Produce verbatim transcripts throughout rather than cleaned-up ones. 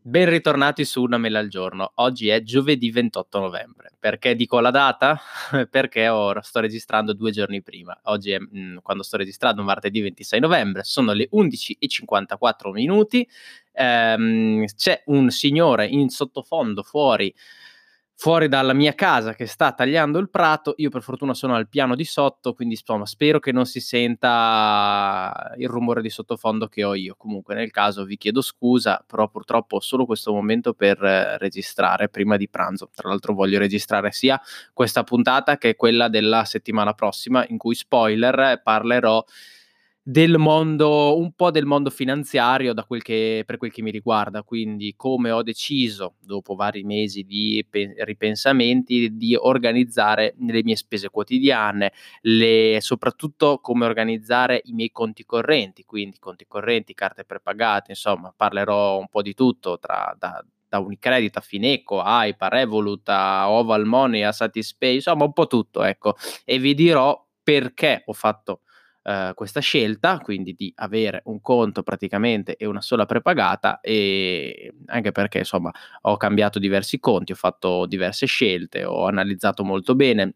Ben ritornati su Una mela al giorno. Oggi è giovedì ventotto novembre. Perché dico la data? Perché ora sto registrando due giorni prima. Oggi è, mhmm, quando sto registrando martedì ventisei novembre, sono le undici e cinquantaquattro minuti. Ehm, c'è un signore in sottofondo fuori fuori dalla mia casa che sta tagliando il prato. Io per fortuna sono al piano di sotto, quindi insomma spero che non si senta il rumore di sottofondo che ho io. Comunque nel caso vi chiedo scusa, però purtroppo ho solo questo momento per eh, registrare prima di pranzo. Tra l'altro voglio registrare sia questa puntata che quella della settimana prossima, in cui, spoiler, parlerò del mondo un po' del mondo finanziario da quel che per quel che mi riguarda, quindi come ho deciso, dopo vari mesi di pe ripensamenti, di organizzare le mie spese quotidiane, le soprattutto come organizzare i miei conti correnti, quindi conti correnti, carte prepagate, insomma parlerò un po' di tutto tra da da Unicredit a Fineco, a Aipa, a Revolut, a Oval Money, a Satispay, insomma un po' tutto, ecco. E vi dirò perché ho fatto ehm, questa scelta, quindi di avere un conto praticamente e una sola prepagata, ehm, anche perché insomma ho cambiato diversi conti, ho fatto diverse scelte, ho analizzato molto bene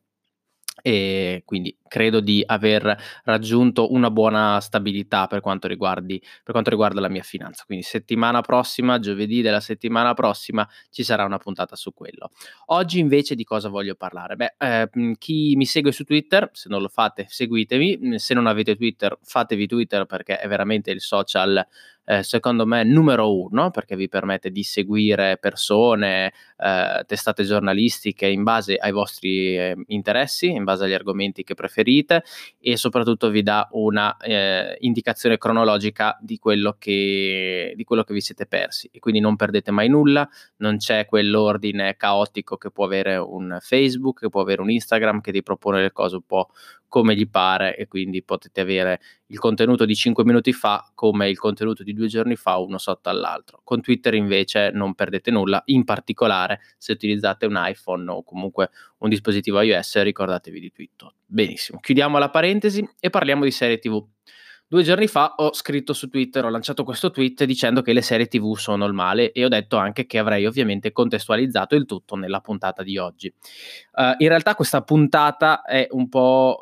e quindi credo di aver raggiunto una buona stabilità per quanto riguardi per quanto riguarda la mia finanza. Quindi settimana prossima, giovedì della settimana prossima, ci sarà una puntata su quello. Oggi invece di cosa voglio parlare? Beh, ehm, chi mi segue su Twitter, se non lo fate seguitemi, mhmm, se non avete Twitter fatevi Twitter perché è veramente il social, ehm, secondo me numero uno, perché vi permette di seguire persone, ehm, testate giornalistiche in base ai vostri, ehm, interessi, in base agli argomenti che preferite e soprattutto vi dà una, ehm, indicazione cronologica di quello che di quello che vi siete persi e quindi non perdete mai nulla, non c'è quell'ordine caotico che può avere un Facebook, che può avere un Instagram, che ti propone le cose un po' come gli pare e quindi potete avere il contenuto di cinque minuti fa come il contenuto di due giorni fa uno sotto all'altro. Con Twitter invece non perdete nulla, in particolare se utilizzate un iPhone o comunque un dispositivo iOS, ricordatevi di Twitter. Benissimo, chiudiamo la parentesi e parliamo di serie T V. Due giorni fa ho scritto su Twitter, ho lanciato questo tweet dicendo che le serie T V sono il male e ho detto anche che avrei ovviamente contestualizzato il tutto nella puntata di oggi. Uh, in realtà questa puntata è un po'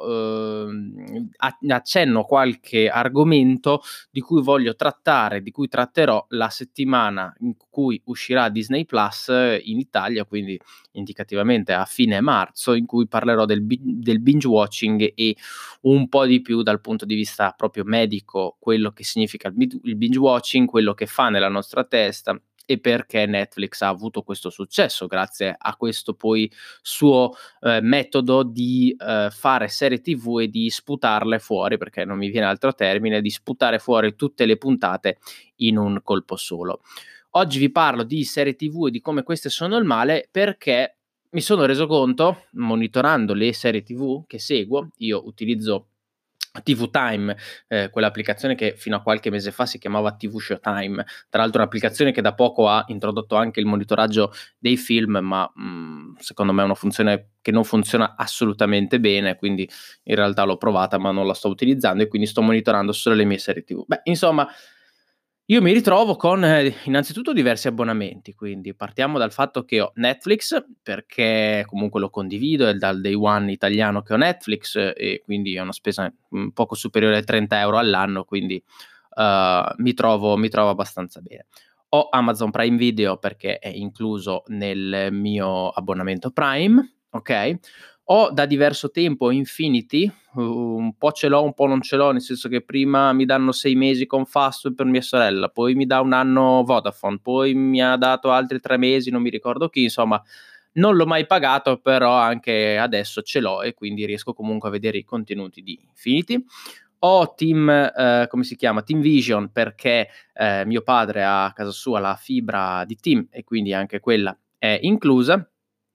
uh, accenno qualche argomento di cui voglio trattare, di cui tratterò la settimana in cui uscirà Disney Plus in Italia, quindi indicativamente a fine marzo, in cui parlerò del, bi- del binge watching e un po' di più dal punto di vista proprio medico, quello che significa il, il binge watching, quello che fa nella nostra testa e perché Netflix ha avuto questo successo grazie a questo poi suo eh, metodo di eh, fare serie T V e di sputarle fuori, perché non mi viene altro termine, di sputare fuori tutte le puntate in un colpo solo. Oggi vi parlo di serie T V e di come queste sono il male perché mi sono reso conto, monitorando le serie T V che seguo, io utilizzo T V Time, eh, quell'applicazione che fino a qualche mese fa si chiamava T V Showtime, tra l'altro un'applicazione che da poco ha introdotto anche il monitoraggio dei film, ma mh, secondo me è una funzione che non funziona assolutamente bene, quindi in realtà l'ho provata ma non la sto utilizzando e quindi sto monitorando solo le mie serie T V. Beh, insomma, io mi ritrovo con, ehm, innanzitutto diversi abbonamenti, quindi partiamo dal fatto che ho Netflix, perché comunque lo condivido, è dal day one italiano che ho Netflix eh, e quindi è una spesa, mhmm, poco superiore ai trenta euro € all'anno, quindi, uhm, mi trovo mi trovo abbastanza bene. Ho Amazon Prime Video perché è incluso nel mio abbonamento Prime, okay. Ho da diverso tempo Infinity, u un po' ce l'ho, un po' non ce l'ho, nel senso che prima mi danno sei mesi con Fastweb per mia sorella, poi mi dà un anno Vodafone, poi mi ha dato altri tre mesi, non mi ricordo chi, insomma non l'ho mai pagato, però anche adesso ce l'ho e quindi riesco comunque a vedere i contenuti di Infinity. Ho Team ehm, come si chiama, Team Vision perché, ehm, mio padre ha a casa sua la fibra di Team e quindi anche quella è inclusa.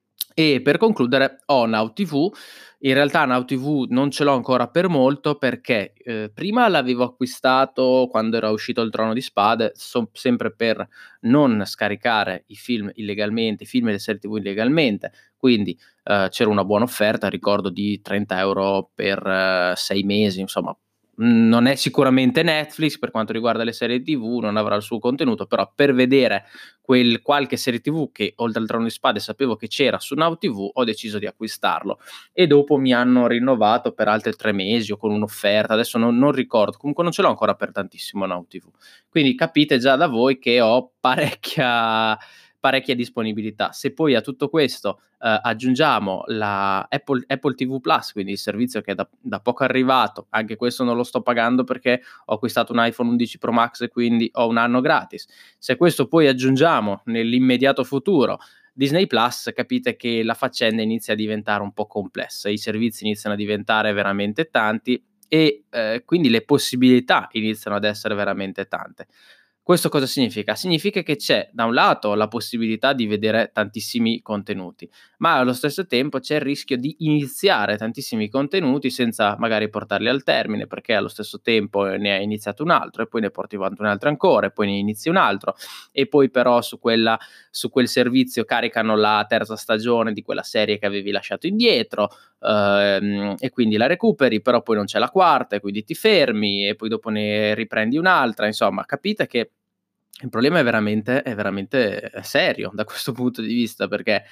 E per concludere ho Now T V. In realtà Now T V non ce l'ho ancora per molto perché, ehm, prima l'avevo acquistato quando era uscito Il Trono di Spade, son sempre per non scaricare i film illegalmente, i film e le serie T V illegalmente, quindi, ehm, c'era una buona offerta, ricordo di trenta euro per sei mesi, insomma, mhmm, non è sicuramente Netflix per quanto riguarda le serie T V, non avrà il suo contenuto, però per vedere quel qualche serie tivù che oltre al Trono di Spade sapevo che c'era su Now T V, ho deciso di acquistarlo e dopo mi hanno rinnovato per altri tre mesi o con un'offerta, adesso non non ricordo, comunque non ce l'ho ancora per tantissimo Now T V. Quindi capite già da voi che ho parecchia parecchia disponibilità. Se poi a tutto questo, ehm, aggiungiamo la Apple Apple T V Plus, quindi il servizio che è da da poco arrivato, anche questo non lo sto pagando perché ho acquistato un iPhone undici Pro Max e quindi ho un anno gratis. Se questo poi aggiungiamo nell'immediato futuro Disney Plus, capite che la faccenda inizia a diventare un po' complessa, i servizi iniziano a diventare veramente tanti e, ehm, quindi le possibilità iniziano ad essere veramente tante. Questo cosa significa? Significa che c'è da un lato la possibilità di vedere tantissimi contenuti, ma allo stesso tempo c'è il rischio di iniziare tantissimi contenuti senza magari portarli al termine, perché allo stesso tempo ne hai iniziato un altro e poi ne porti avanti un altro ancora e poi ne inizi un altro e poi però su quella su quel servizio caricano la terza stagione di quella serie che avevi lasciato indietro, uhm, e quindi la recuperi, però poi non c'è la quarta e quindi ti fermi e poi dopo ne riprendi un'altra. Insomma, capite che il problema è veramente è veramente serio da questo punto di vista, perché,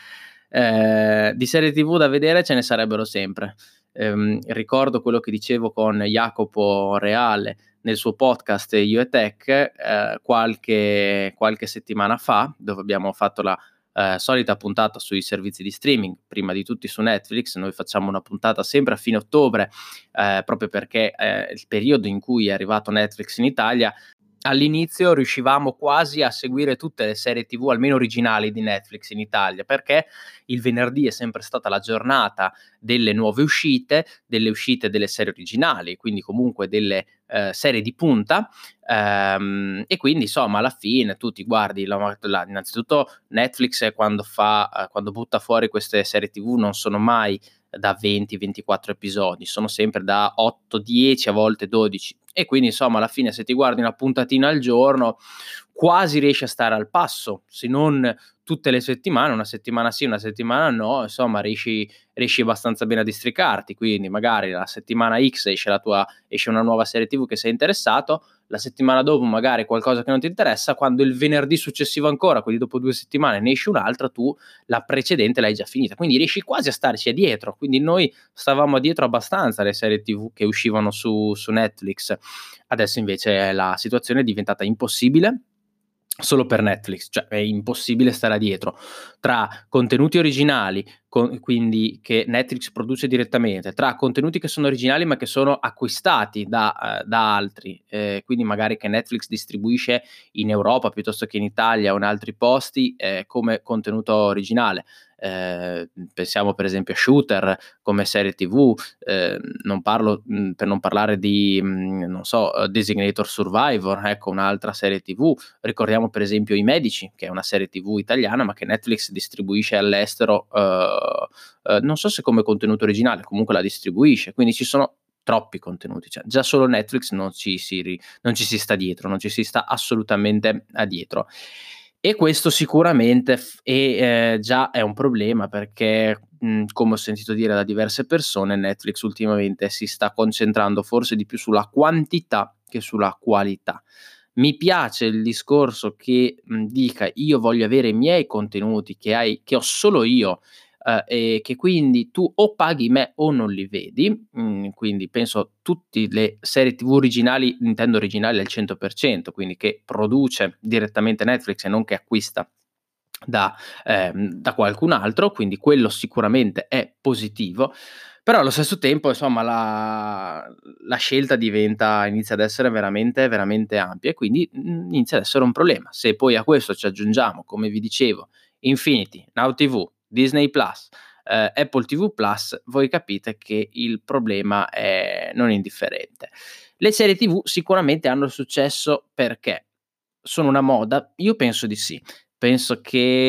ehm, di serie tivù da vedere ce ne sarebbero sempre. Ehm, ricordo quello che dicevo con Jacopo Reale nel suo podcast Io e Tech, ehm, qualche qualche settimana fa, dove abbiamo fatto la, ehm, solita puntata sui servizi di streaming, prima di tutti su Netflix. Noi facciamo una puntata sempre a fine ottobre, ehm, proprio perché è il periodo in cui è arrivato Netflix in Italia. All'inizio riuscivamo quasi a seguire tutte le serie tivù, almeno originali, di Netflix in Italia, perché il venerdì è sempre stata la giornata delle nuove uscite, delle uscite delle serie originali, quindi comunque delle, ehm, serie di punta, ehm, e quindi insomma alla fine tu ti guardi la la innanzitutto Netflix quando fa ehm, quando butta fuori queste serie tivù non sono mai da venti, ventiquattro episodi, sono sempre da otto, dieci, a volte dodici e quindi insomma alla fine se ti guardi una puntatina al giorno quasi riesci a stare al passo, se non tutte le settimane, una settimana sì, una settimana no, insomma riesci riesci abbastanza bene a districarti, quindi magari la settimana X esce la tua esce una nuova serie tivù che sei interessato, la settimana dopo magari qualcosa che non ti interessa, quando il venerdì successivo ancora, quindi dopo due settimane ne esce un'altra, tu la precedente l'hai già finita, quindi riesci quasi a starci dietro. Quindi noi stavamo dietro abbastanza alle serie tivù che uscivano su su Netflix. Adesso invece la situazione è diventata impossibile solo per Netflix, cioè è impossibile stare a dietro. Tra contenuti originali, con quindi che Netflix produce direttamente, tra contenuti che sono originali ma che sono acquistati da uhm, da altri, ehm, quindi magari che Netflix distribuisce in Europa piuttosto che in Italia o in altri posti, ehm, come contenuto originale. Ehm, pensiamo per esempio a Shooter come serie tivù, ehm, non parlo mhmm, per non parlare di, mhmm, non so, uhm, Designator Survivor, ecco un'altra serie tivù. Ricordiamo per esempio I Medici, che è una serie tivù italiana, ma che Netflix distribuisce all'estero, uhm, uhm, non so se come contenuto originale, comunque la distribuisce, quindi ci sono troppi contenuti, cioè già solo Netflix non ci si ri non ci si sta dietro, non ci si sta assolutamente a dietro. E questo sicuramente f e, ehm, già è un problema perché, mhmm, come ho sentito dire da diverse persone, Netflix ultimamente si sta concentrando forse di più sulla quantità che sulla qualità. Mi piace il discorso che, mhmm, dica: "Io voglio avere i miei contenuti che hai che ho solo io, uhm, e che quindi tu o paghi me o non li vedi". Mhmm, quindi penso tutti le serie tivù originali, intendo originali al cento per cento, quindi che produce direttamente Netflix e non che acquista da ehm, da qualcun altro, quindi quello sicuramente è positivo, però allo stesso tempo insomma la la scelta diventa inizia ad essere veramente, veramente ampia e quindi, mhmm, inizia ad essere un problema. Se poi a questo ci aggiungiamo, come vi dicevo, Infinity, Now T V, Disney Plus, ehm, Apple T V Plus, voi capite che il problema è non indifferente. Le serie tivù sicuramente hanno successo perché sono una moda? Io penso di sì. Penso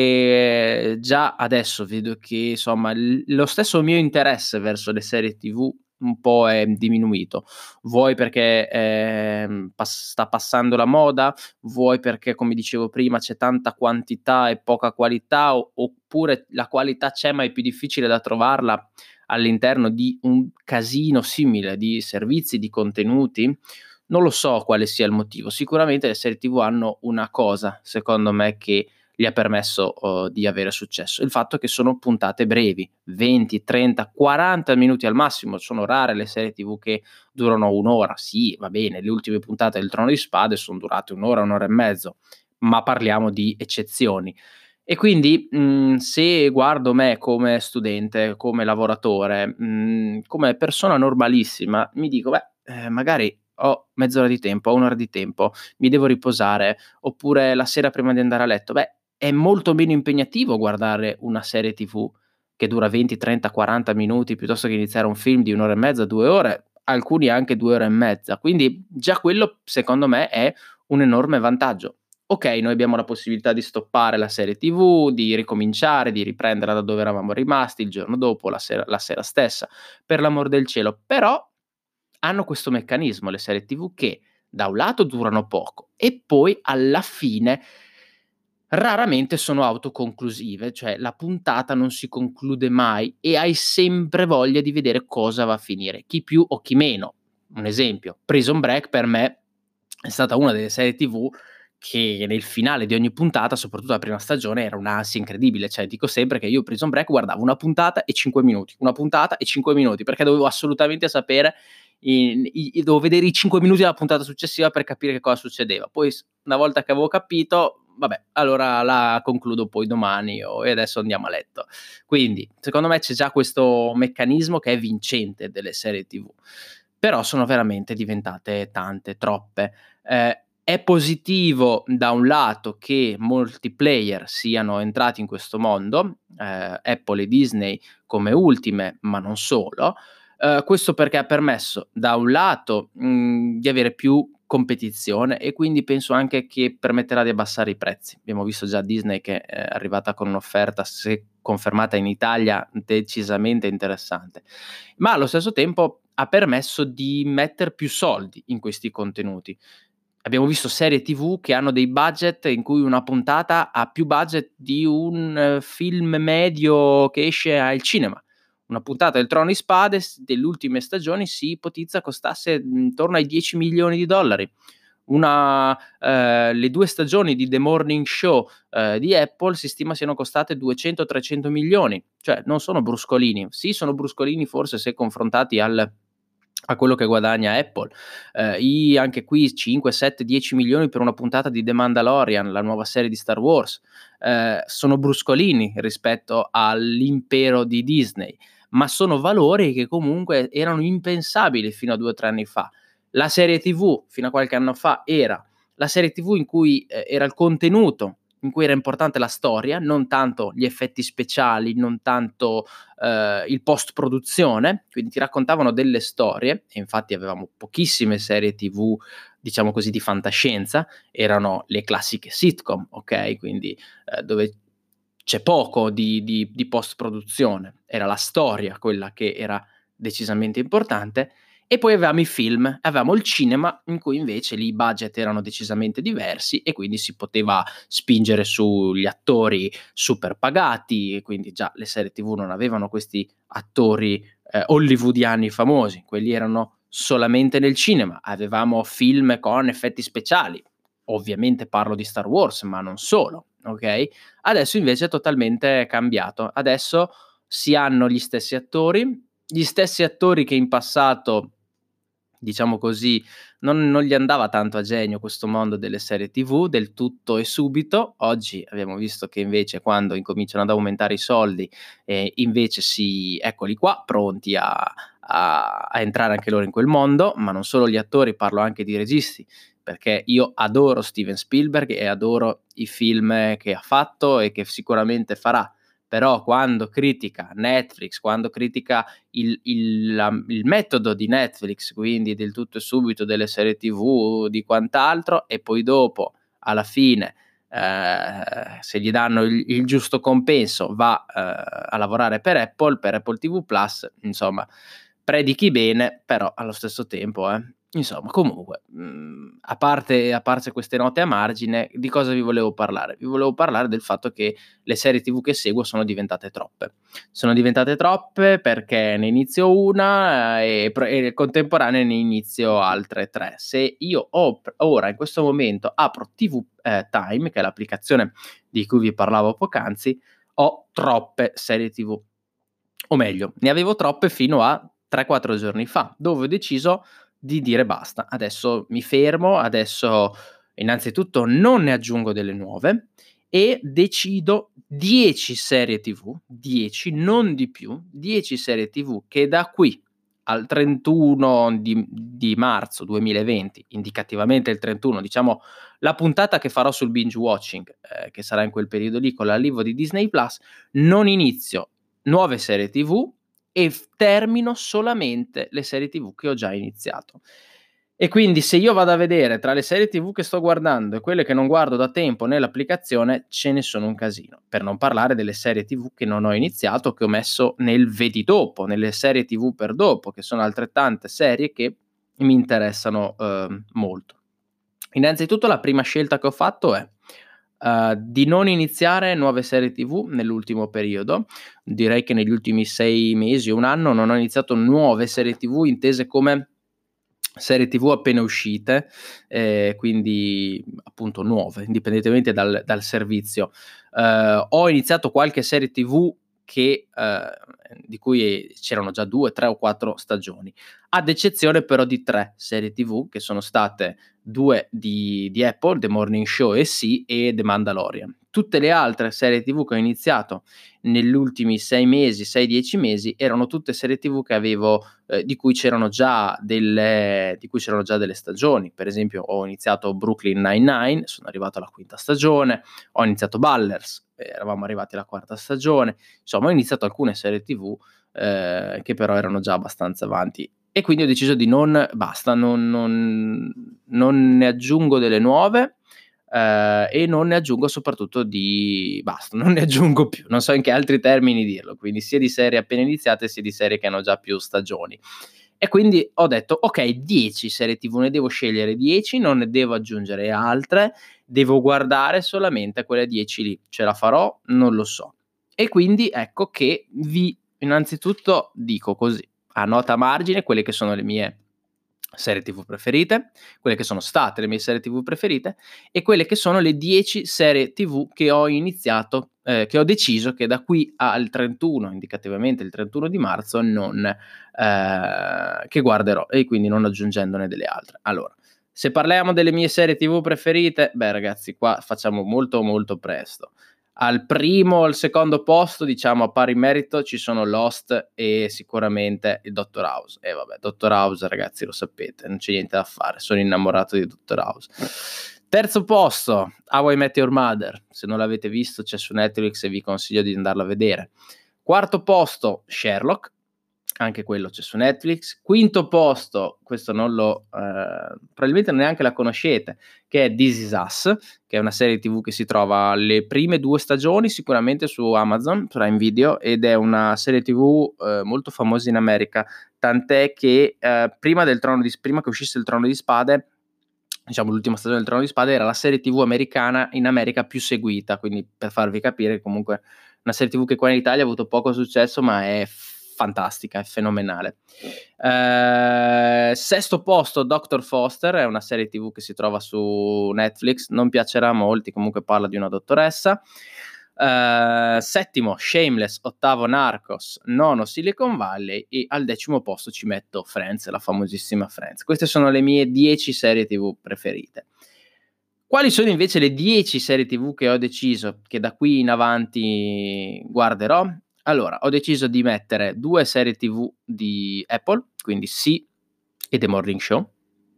che già adesso vedo che insomma l lo stesso mio interesse verso le serie tivù un po' è diminuito. Vuoi perché, ehm, pass sta passando la moda, vuoi perché, come dicevo prima, c'è tanta quantità e poca qualità, o oppure la qualità c'è ma è più difficile da trovarla all'interno di un casino simile di servizi, di contenuti? Non lo so quale sia il motivo. Sicuramente le serie tivù hanno una cosa, secondo me, che gli ha permesso uh, di avere successo? Il fatto che sono puntate brevi, venti, trenta, quaranta minuti al massimo. Sono rare le serie tv che durano un'ora. Sì, va bene, le ultime puntate del Trono di Spade sono durate un'ora, un'ora e mezzo, ma parliamo di eccezioni. E quindi, mhmm, se guardo me come studente, come lavoratore, mhmm, come persona normalissima, mi dico: "Beh, ehm, magari ho mezz'ora di tempo, ho un' ora di tempo, mi devo riposare", oppure la sera prima di andare a letto. Beh, è molto meno impegnativo guardare una serie tv che dura venti, trenta, quaranta minuti, piuttosto che iniziare un film di un' ora e mezza, due ore, alcuni anche due ore e mezza. Quindi già quello, secondo me, è un enorme vantaggio. Okay, noi abbiamo la possibilità di stoppare la serie tv, di ricominciare, di riprendere da dove eravamo rimasti il giorno dopo, la sera la sera stessa, per l'amor del cielo. Però hanno questo meccanismo le serie tv che da un lato durano poco e poi alla fine raramente sono autoconclusive, cioè la puntata non si conclude mai e hai sempre voglia di vedere cosa va a finire, chi più o chi meno. Un esempio: Prison Break per me è stata una delle serie tv che nel finale di ogni puntata, soprattutto la prima stagione, era un'ansia incredibile. Cioè, dico sempre che io Prison Break guardavo una puntata e cinque minuti, una puntata e cinque minuti, perché dovevo assolutamente sapere i i i dovevo vedere i cinque minuti della puntata successiva per capire che cosa succedeva. Poi s una volta che avevo capito, vabbè, allora la concludo poi domani o e adesso andiamo a letto. Quindi, secondo me c'è già questo meccanismo che è vincente delle serie tv, però sono veramente diventate tante, troppe. Ehm, è positivo da un lato che molti player siano entrati in questo mondo, ehm, Apple e Disney come ultime, ma non solo. Uhm, questo perché ha permesso da un lato, mhmm, di avere più competizione e quindi penso anche che permetterà di abbassare i prezzi. Abbiamo visto già Disney che è arrivata con un'offerta, se confermata in Italia, decisamente interessante. Ma allo stesso tempo ha permesso di metter più soldi in questi contenuti. Abbiamo visto serie tv che hanno dei budget in cui una puntata ha più budget di un eh, film medio che esce al cinema. Una puntata del Trono di Spade s delle ultime stagioni si ipotizza costasse, mhmm, intorno ai dieci milioni di dollari. Una ehm, le due stagioni di The Morning Show, ehm, di Apple si stima siano costate duecento, trecento milioni. Cioè non sono bruscolini. Sì, sono bruscolini forse se confrontati al a quello che guadagna Apple. Ehm, i anche qui cinque, sette, dieci milioni per una puntata di The Mandalorian, la nuova serie di Star Wars. Ehm, sono bruscolini rispetto all'impero di Disney, ma sono valori che comunque erano impensabili fino a due o tre anni fa. La serie tv fino a qualche anno fa era la serie tv in cui, ehm, era il contenuto, in cui era importante la storia, non tanto gli effetti speciali, non tanto, ehm, il post produzione, quindi ti raccontavano delle storie e infatti avevamo pochissime serie tv, diciamo così, di fantascienza, erano le classiche sitcom, okay, quindi, ehm, dove c'è poco di di di post produzione, era la storia quella che era decisamente importante e poi avevamo i film, avevamo il cinema in cui invece lì i budget erano decisamente diversi e quindi si poteva spingere sugli attori super pagati e quindi già le serie tv non avevano questi attori, ehm, hollywoodiani famosi, quelli erano solamente nel cinema. Avevamo film con effetti speciali, ovviamente parlo di Star Wars, ma non solo, okay? Adesso invece è totalmente cambiato. Adesso si hanno gli stessi attori, gli stessi attori che in passato, diciamo così, non non gli andava tanto a genio questo mondo delle serie tv, del tutto e subito. Oggi abbiamo visto che invece quando incominciano ad aumentare i soldi, ehm, invece si eccoli qua, pronti a a a entrare anche loro in quel mondo, ma non solo gli attori, parlo anche di registi, perché io adoro Steven Spielberg e adoro i film che ha fatto e che sicuramente farà. Però quando critica Netflix, quando critica il il la il metodo di Netflix, quindi del tutto e subito, delle serie tv, di quant'altro, e poi dopo alla fine, ehm, se gli danno il il giusto compenso va, ehm, a lavorare per Apple, per Apple T V Plus, insomma predichi bene, però allo stesso tempo, eh. Insomma, comunque, mhmm, a parte a parce queste note a margine, di cosa vi volevo parlare? Vi volevo parlare del fatto che le serie T V che seguo sono diventate troppe. Sono diventate troppe perché ne inizio una e pro e contemporanea ne inizio altre tre. Se io ho p ora in questo momento apro T V, ehm, Time, che è l'applicazione di cui vi parlavo poc'anzi, ho troppe serie T V. O meglio, ne avevo troppe fino a tre, quattro giorni fa, dove ho deciso di dire basta. Adesso mi fermo, adesso innanzitutto non ne aggiungo delle nuove e decido dieci serie T V, dieci, non di più, dieci serie T V che da qui al trentuno di di marzo duemilaventi, indicativamente il trentuno, diciamo la puntata che farò sul binge watching, ehm, che sarà in quel periodo lì con l'arrivo di Disney Plus, non inizio nuove serie T V e f termino solamente le serie T V che ho già iniziato. E quindi se io vado a vedere tra le serie T V che sto guardando e quelle che non guardo da tempo nell'applicazione, ce ne sono un casino. Per non parlare delle serie T V che non ho iniziato, che ho messo nel vedi dopo, nelle serie T V per dopo, che sono altrettante serie che mi interessano, uhm, molto. Innanzitutto la prima scelta che ho fatto è, uhm, di non iniziare nuove serie T V nell'ultimo periodo. Direi che negli ultimi sei mesi, un anno, non ho iniziato nuove serie T V intese come serie T V appena uscite, ehm, quindi appunto nuove, indipendentemente dal dal servizio. Uhm, ho iniziato qualche serie T V che uhm, di cui c'erano già due, tre o quattro stagioni, ad eccezione però di tre serie T V che sono state due di di Apple, The Morning Show e sì, e The Mandalorian. Tutte le altre serie T V che ho iniziato negli ultimi sei mesi, sei, dieci mesi, erano tutte serie T V che avevo ehm, di cui c'erano già delle di cui c'erano già delle stagioni. Per esempio ho iniziato Brooklyn Nine-Nine, sono arrivato alla quinta stagione, ho iniziato Ballers, eravamo arrivati alla quarta stagione, insomma ho iniziato alcune serie T V, ehm, che però erano già abbastanza avanti e quindi ho deciso di non basta, non non non ne aggiungo delle nuove, ehm, e non ne aggiungo soprattutto di basta, non ne aggiungo più, non so in che altri termini dirlo, quindi sia di serie appena iniziate, sia di serie che hanno già più stagioni. E quindi ho detto: "Okay, dieci serie T V, ne devo scegliere dieci, non ne devo aggiungere altre, devo guardare solamente quelle dieci lì. Ce la farò? Non lo so". E quindi ecco che vi innanzitutto dico così, a nota a margine, quelle che sono le mie serie T V preferite, quelle che sono state le mie serie T V preferite e quelle che sono le dieci serie T V che ho iniziato ehm, che ho deciso che da qui al trentuno, indicativamente il trentuno di marzo, non ehm, che guarderò e quindi non aggiungendone delle altre. Allora, se parliamo delle mie serie T V preferite, beh ragazzi qua facciamo molto, molto presto. Al primo o al secondo posto, diciamo a pari merito, ci sono Lost e sicuramente il Dottor House. E vabbè, Dottor House ragazzi lo sapete, non c'è niente da fare, sono innamorato di Dottor House. Terzo posto, How I Met Your Mother. Se non l'avete visto c'è su Netflix e vi consiglio di andarlo a vedere. Quarto posto, Sherlock, anche quello c'è su Netflix. Quinto posto, questo non lo ehm, probabilmente neanche la conoscete, che è This Is Us, che è una serie T V che si trova le prime due stagioni sicuramente su Amazon Prime Video ed è una serie T V, ehm, molto famosa in America, tant'è che, ehm, prima del Trono di s prima che uscisse il Trono di Spade, diciamo l'ultima stagione del Trono di Spade, era la serie T V americana in America più seguita, quindi per farvi capire comunque una serie T V che qua in Italia ha avuto poco successo, ma è fantastica, è fenomenale. Ehm, sesto posto Doctor Foster, è una serie T V che si trova su Netflix, non piacerà a molti, comunque parla di una dottoressa. Ehm, settimo Shameless, ottavo Narcos, nono Silicon Valley e al decimo posto ci metto Friends, la famosissima Friends. Queste sono le mie dieci serie T V preferite. Quali sono invece le dieci serie T V che ho deciso che da qui in avanti guarderò? Allora, ho deciso di mettere due serie T V di Apple, quindi sì e The Morning Show.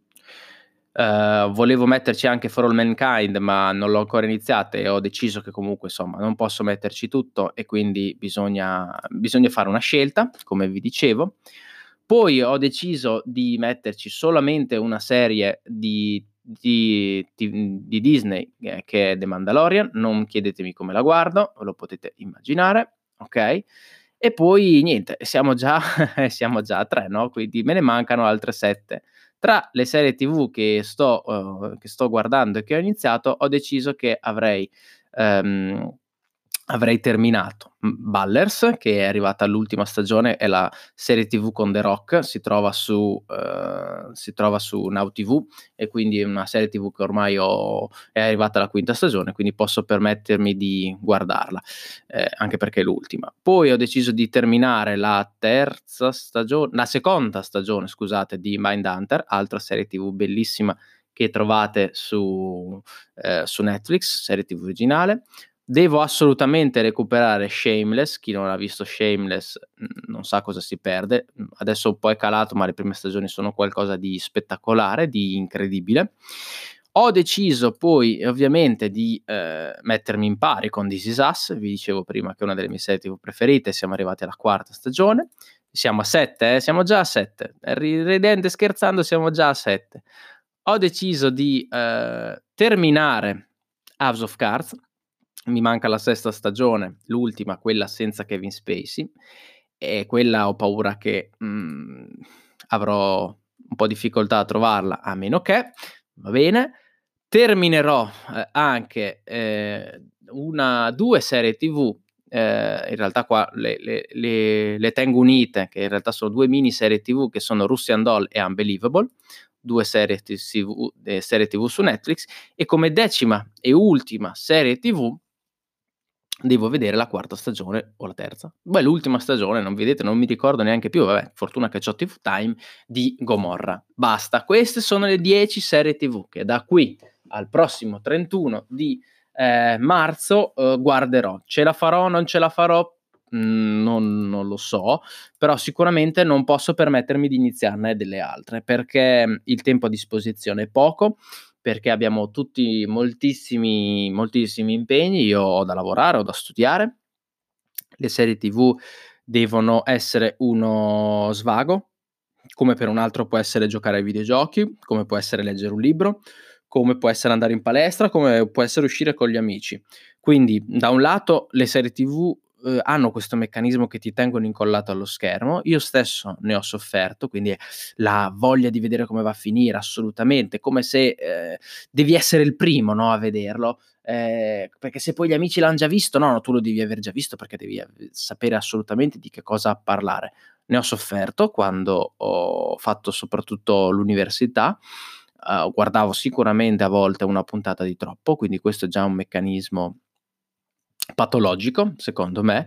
Ehm, volevo metterci anche For All Mankind, ma non l'ho ancora iniziata e ho deciso che comunque, insomma, non posso metterci tutto e quindi bisogna bisogna fare una scelta, come vi dicevo. Poi ho deciso di metterci solamente una serie di di ti di Disney, ehm, che è The Mandalorian, non chiedetemi come la guardo, ve lo potete immaginare, okay? E poi niente, siamo già siamo già a tre, no, quindi me ne mancano altre sette. Tra le serie T V che sto uhm, che sto guardando e che ho iniziato, ho deciso che avrei ehm, avrei terminato M Ballers, che è arrivata all'ultima stagione, è la serie T V con The Rock, si trova su uhm, si trova su Now T V e quindi è una serie T V che ormai ho è arrivata alla quinta stagione, quindi posso permettermi di guardarla, ehm, anche perché è l'ultima. Poi ho deciso di terminare la terza stagio la seconda stagione, scusate, di Mindhunter, altra serie T V bellissima che trovate su ehm, su Netflix, serie T V originale. Devo assolutamente recuperare Shameless, chi non ha visto Shameless, mhmm, non sa cosa si perde. Mhmm, adesso un po' è calato, ma le prime stagioni sono qualcosa di spettacolare, di incredibile. Ho deciso poi ovviamente di, ehm, mettermi in pari con This Is Us, vi dicevo prima che è una delle mie serie T V preferite, siamo arrivati alla quarta stagione. Siamo a sette, eh, siamo già a sette. Ri ridendo e scherzando siamo già a sette. Ho deciso di, ehm, terminare House of Cards, mi manca la sesta stagione, l'ultima, quella senza Kevin Spacey, e quella ho paura che, mhmm, avrò un po' difficoltà a trovarla, a meno che va bene. Terminerò, ehm, anche, ehm, una due serie T V, ehm, in realtà qua le le le le tengo unite, che in realtà sono due miniserie T V che sono Russian Doll e Unbelievable, due serie T S V ehm, serie T V su Netflix, e come decima e ultima serie T V devo vedere la quarta stagione o la terza? Beh, l'ultima stagione, non vedete, non mi ricordo neanche più, vabbè, fortuna che c'ho T V Time, di Gomorra. Basta, queste sono le dieci serie T V che da qui al prossimo trentuno di, ehm, marzo, uhm, guarderò. Ce la farò, non ce la farò? Mhmm, non non lo so, però sicuramente non posso permettermi di iniziarne delle altre, perché il tempo a disposizione è poco, perché abbiamo tutti moltissimi moltissimi impegni. Io ho da lavorare, ho da studiare. Le serie T V devono essere uno svago, come per un altro può essere giocare ai videogiochi, come può essere leggere un libro, come può essere andare in palestra, come può essere uscire con gli amici. Quindi, da un lato le serie T V, uhm, hanno questo meccanismo che ti tengono incollato allo schermo. Io stesso ne ho sofferto, quindi la voglia di vedere come va a finire, assolutamente, come se, ehm, devi essere il primo, no, a vederlo, ehm, perché se poi gli amici l'han già visto, no, no, tu lo devi aver già visto perché devi av sapere assolutamente di che cosa parlare. Ne ho sofferto quando ho fatto soprattutto l'università, uhm, guardavo sicuramente a volte una puntata di troppo, quindi questo è già un meccanismo patologico, secondo me,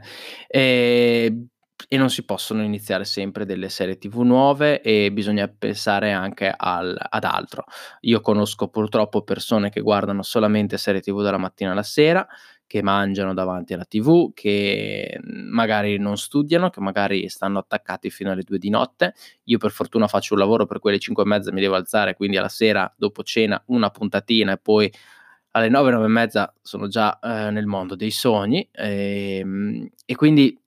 ehm, e non si possono iniziare sempre delle serie T V nuove e bisogna pensare anche al ad altro. Io conosco purtroppo persone che guardano solamente serie T V dalla mattina alla sera, che mangiano davanti alla T V, che, mhmm, magari non studiano, che magari stanno attaccati fino alle due di notte. Io per fortuna faccio un lavoro per cui alle cinque e mezza mi devo alzare, quindi alla sera dopo cena una puntatina e poi alle nove, nove e mezza sono già, ehm, nel mondo dei sogni, ehm, e quindi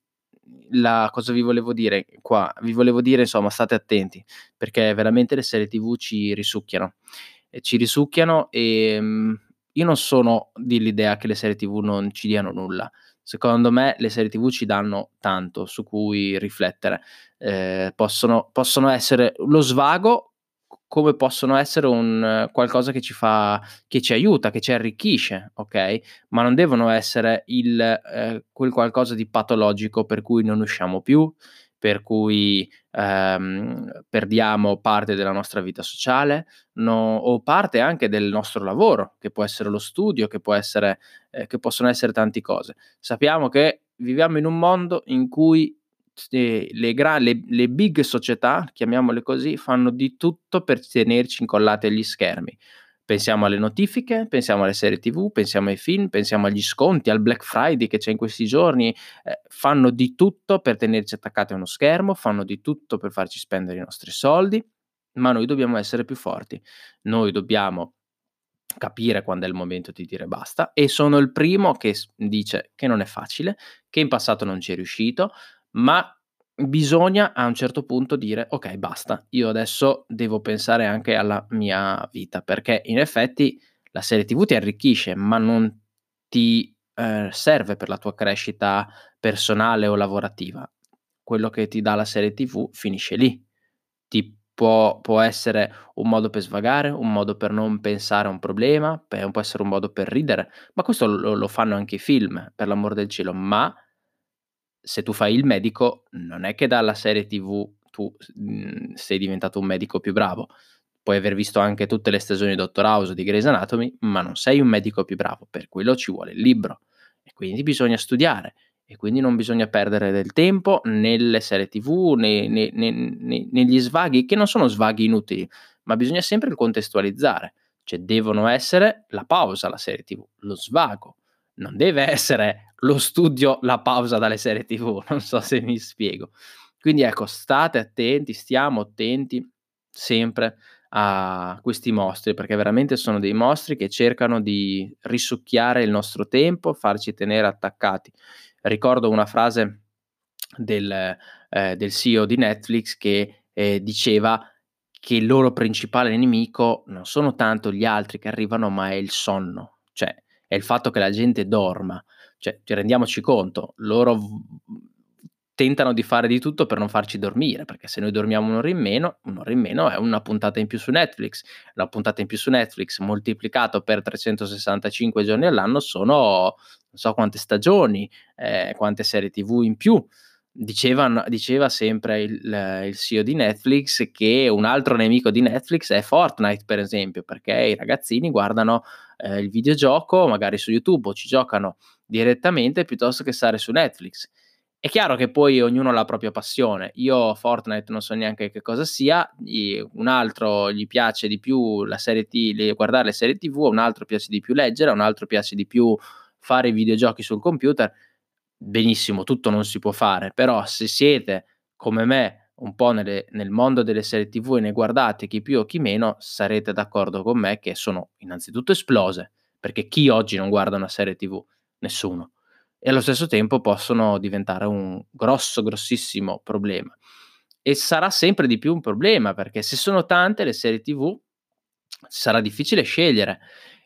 la cosa vi volevo dire qua? Vi volevo dire insomma state attenti, perché veramente le serie T V ci risucchiano, e ci risucchiano, ehm, io non sono dell'idea che le serie T V non ci diano nulla. Secondo me le serie T V ci danno tanto su cui riflettere. Ehm, possono possono essere lo svago, c come possono essere un qualcosa che ci fa che ci aiuta, che ci arricchisce, okay, ma non devono essere il ehm, quel qualcosa di patologico per cui non usciamo più, per cui, ehm, perdiamo parte della nostra vita sociale, no, o parte anche del nostro lavoro, che può essere lo studio, che può essere ehm, che possono essere tanti cose. Sappiamo che viviamo in un mondo in cui s ehm, le gra le le big società, chiamiamole così, fanno di tutto per tenerci incollati agli schermi. Pensiamo alle notifiche, pensiamo alle serie T V, pensiamo ai film, pensiamo agli sconti, al Black Friday che c'è in questi giorni, ehm, fanno di tutto per tenerci attaccati a uno schermo, fanno di tutto per farci spendere i nostri soldi, ma noi dobbiamo essere più forti. Noi dobbiamo capire quando è il momento di dire basta, e sono il primo che s dice che non è facile, che in passato non ci è riuscito, ma bisogna a un certo punto dire: "Okay, basta, io adesso devo pensare anche alla mia vita", perché in effetti la serie T V ti arricchisce, ma non ti, ehm, serve per la tua crescita personale o lavorativa. Quello che ti dà la serie T V finisce lì. Ti può può essere un modo per svagare, un modo per non pensare a un problema, pe può essere un modo per ridere, ma questo lo lo fanno anche i film, per l'amor del cielo, ma se tu fai il medico, non è che dalla serie T V tu s mhmm, sei diventato un medico più bravo. Puoi aver visto anche tutte le stagioni di Dottor House o di Grey's Anatomy, ma non sei un medico più bravo, per quello ci vuole il libro e quindi bisogna studiare e quindi non bisogna perdere del tempo nelle serie T V, ne ne ne ne negli svaghi, che non sono svaghi inutili, ma bisogna sempre contestualizzare. Cioè devono essere la pausa, la serie T V, lo svago. Non deve essere lo studio, la pausa dalle serie T V, non so se mi spiego. Quindi ecco, state attenti, stiamo attenti sempre a questi mostri, perché veramente sono dei mostri che cercano di risucchiare il nostro tempo, farci tenere attaccati. Ricordo una frase del ehm, del C E O di Netflix che, ehm, diceva che il loro principale nemico non sono tanto gli altri che arrivano, ma è il sonno. Cioè, è il fatto che la gente dorma. Cioè, cioè rendiamoci conto, loro v mhmm, tentano di fare di tutto per non farci dormire, perché se noi dormiamo un ora in meno, un ora in meno è una puntata in più su Netflix. Una puntata in più su Netflix moltiplicato per trecentosessantacinque giorni all'anno sono non so quante stagioni, ehm, quante serie T V in più. Dicevan diceva sempre il il C E O di Netflix che un altro nemico di Netflix è Fortnite, per esempio, perché i ragazzini guardano, ehm, il videogioco magari su YouTube o ci giocano direttamente piuttosto che stare su Netflix. È chiaro che poi ognuno ha la propria passione. Io Fortnite non so neanche che cosa sia, i un altro gli piace di più la serie T le guardare le serie T V, a un altro piace di più leggere, a un altro piace di più fare i videogiochi sul computer. Benissimo, tutto non si può fare, però se siete come me un po' nelle nel mondo delle serie T V e ne guardate chi più o chi meno, sarete d'accordo con me che sono innanzitutto esplose, perché chi oggi non guarda una serie T V? Nessuno. E allo stesso tempo possono diventare un grosso, grossissimo problema. E sarà sempre di più un problema, perché se sono tante le serie T V, sarà difficile scegliere.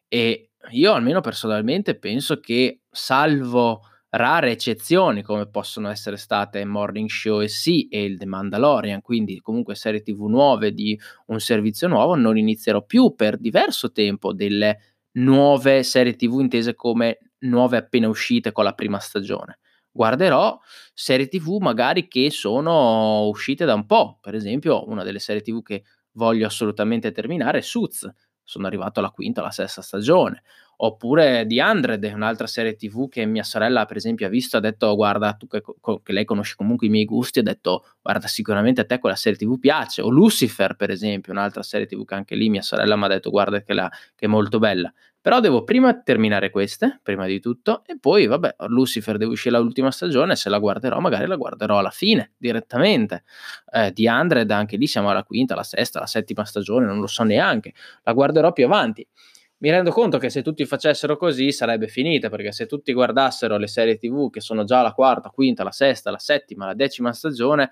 E io almeno personalmente penso che, salvo rare eccezioni come possono essere state Morning Show e Sì e il The Mandalorian, quindi comunque serie T V nuove di un servizio nuovo, non inizierò più per diverso tempo delle nuove serie T V intese come nuove appena uscite con la prima stagione. Guarderò serie T V magari che sono uscite da un po'. Per esempio, una delle serie T V che voglio assolutamente terminare è Suits. Sono arrivato alla quinta o alla sesta stagione. Oppure The hundred, un'altra serie T V che mia sorella per esempio ha visto, ha detto: "Guarda, tu che co co" che lei conosce comunque i miei gusti, ha detto: "Guarda, sicuramente a te quella serie T V piace." O Lucifer per esempio, un'altra serie T V che anche lì mia sorella m'ha detto: "Guarda che la che è molto bella." Però devo prima terminare queste, prima di tutto, e poi vabbè, Lucifer deve uscire l'ultima stagione, se la guarderò magari la guarderò alla fine, direttamente. Ehm, The hundred anche lì siamo alla quinta, alla sesta, alla settima stagione, non lo so neanche, la guarderò più avanti. Mi rendo conto che se tutti facessero così sarebbe finita, perché se tutti guardassero le serie T V che sono già alla quarta, quinta, la sesta, la settima, la decima stagione,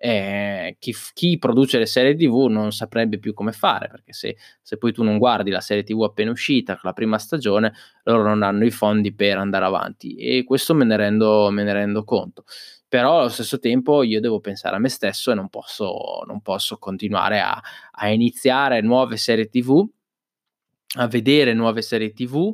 ehm, chi f chi produce le serie T V non saprebbe più come fare, perché se se poi tu non guardi la serie T V appena uscita, con la prima stagione, loro non hanno i fondi per andare avanti e questo me ne rendo me ne rendo conto. Però allo stesso tempo io devo pensare a me stesso e non posso non posso continuare a a iniziare nuove serie T V, a vedere nuove serie T V,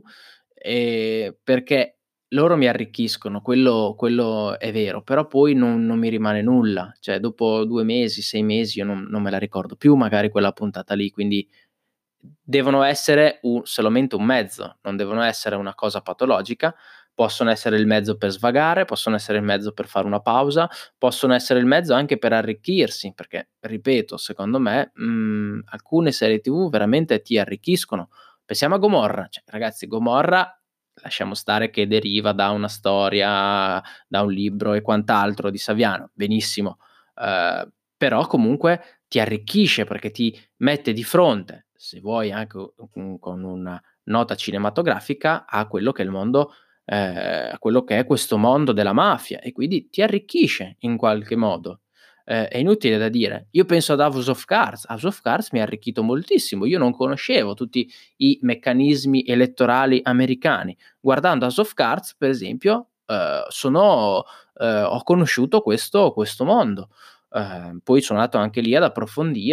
ehm, perché loro mi arricchiscono, quello quello è vero, però poi non non mi rimane nulla. Cioè dopo due mesi, sei mesi io non non me la ricordo più magari quella puntata lì, quindi devono essere u solamente un mezzo, non devono essere una cosa patologica, possono essere il mezzo per svagare, possono essere il mezzo per fare una pausa, possono essere il mezzo anche per arricchirsi, perché ripeto, secondo me, mhmm, alcune serie T V veramente ti arricchiscono. Pensiamo a Gomorra, cioè ragazzi Gomorra, lasciamo stare che deriva da una storia, da un libro e quant'altro di Saviano, benissimo, uhm, però comunque ti arricchisce perché ti mette di fronte, se vuoi anche u mhmm, con una nota cinematografica, a quello che è il mondo ehm, a quello che è questo mondo della mafia e quindi ti arricchisce in qualche modo. Ehm, è inutile da dire. Io penso ad House of Cards. House of Cards mi ha arricchito moltissimo. Io non conoscevo tutti i meccanismi elettorali americani. Guardando House of Cards, per esempio, uhm, sono uhm, ho conosciuto questo questo mondo. Ehm, poi sono andato anche lì ad approfondire,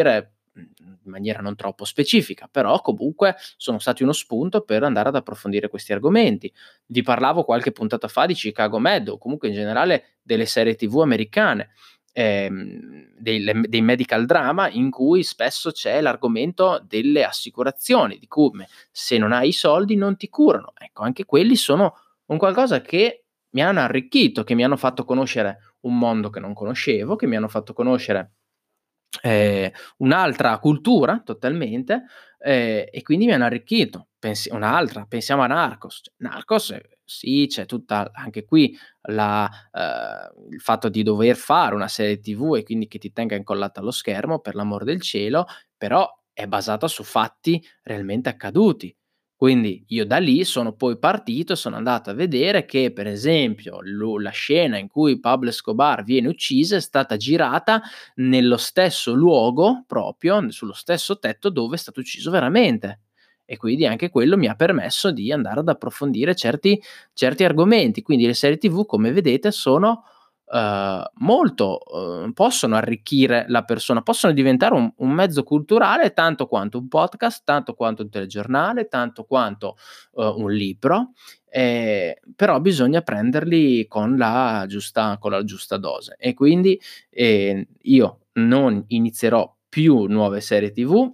in maniera non troppo specifica, però comunque sono stati uno spunto per andare ad approfondire questi argomenti. Vi parlavo qualche puntata fa di Chicago Med, o comunque in generale delle serie T V americane, ehm, dei, dei medical drama, in cui spesso c'è l'argomento delle assicurazioni, di come se non hai i soldi non ti curano. Ecco, anche quelli sono un qualcosa che mi hanno arricchito, che mi hanno fatto conoscere un mondo che non conoscevo, che mi hanno fatto conoscere ehm, un'altra cultura totalmente, ehm, e quindi mi hanno arricchito. Pensi un'altra, pensiamo a Narcos. Cioè, Narcos, ehm, sì, c'è tutta anche qui la ehm, il fatto di dover fare una serie T V e quindi che ti tenga incollata allo schermo, per l'amor del cielo, però è basata su fatti realmente accaduti. Quindi io da lì sono poi partito e sono andato a vedere che, per esempio, lu la scena in cui Pablo Escobar viene ucciso è stata girata nello stesso luogo, proprio n sullo stesso tetto dove è stato ucciso veramente. E quindi anche quello mi ha permesso di andare ad approfondire certi certi argomenti. Quindi le serie T V, come vedete, sono, uhm, molto uhm, possono arricchire la persona, possono diventare un un mezzo culturale tanto quanto un podcast, tanto quanto un telegiornale, tanto quanto, uhm, un libro, ehm, però bisogna prenderli con la giusta con la giusta dose. E quindi, ehm, io non inizierò più nuove serie T V,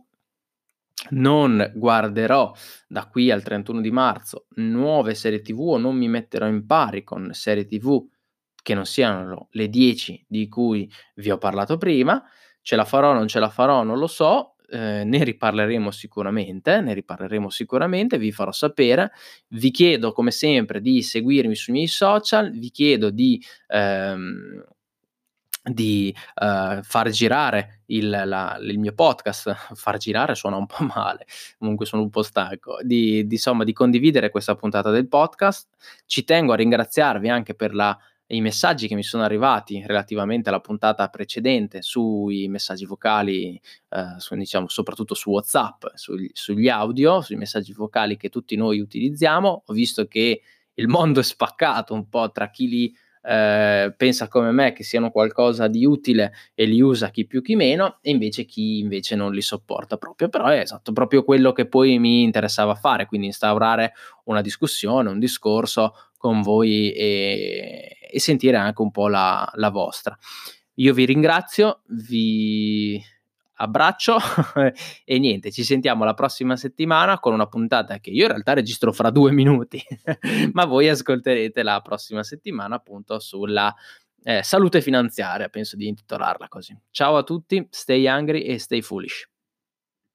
non guarderò da qui al trentuno di marzo nuove serie T V, o non mi metterò in pari con serie T V che non siano le dieci di cui vi ho parlato prima. Ce la farò, non ce la farò, non lo so, ehm, ne riparleremo sicuramente, ne riparleremo sicuramente, vi farò sapere. Vi chiedo come sempre di seguirmi sui miei social, vi chiedo di ehm di, uhm, far girare il la il mio podcast, far girare suona un po' male, comunque sono un po' stanco, di di insomma di condividere questa puntata del podcast. Ci tengo a ringraziarvi anche per la i messaggi che mi sono arrivati relativamente alla puntata precedente, sui messaggi vocali, uhm, su diciamo soprattutto su WhatsApp, sugl sugli audio, sui messaggi vocali che tutti noi utilizziamo. Ho visto che il mondo è spaccato un po' tra chi li ehm, pensa come me che siano qualcosa di utile e li usa chi più chi meno, e invece chi invece non li sopporta proprio. Però è esatto, proprio quello che poi mi interessava fare, quindi instaurare una discussione, un discorso con voi, e e sentire anche un po' la la vostra. Io vi ringrazio, vi abbraccio e niente, ci sentiamo la prossima settimana con una puntata che io in realtà registro fra due minuti, ma voi ascolterete la prossima settimana appunto sulla, ehm, salute finanziaria, penso di intitolarla così. Ciao a tutti, stay hungry e stay foolish.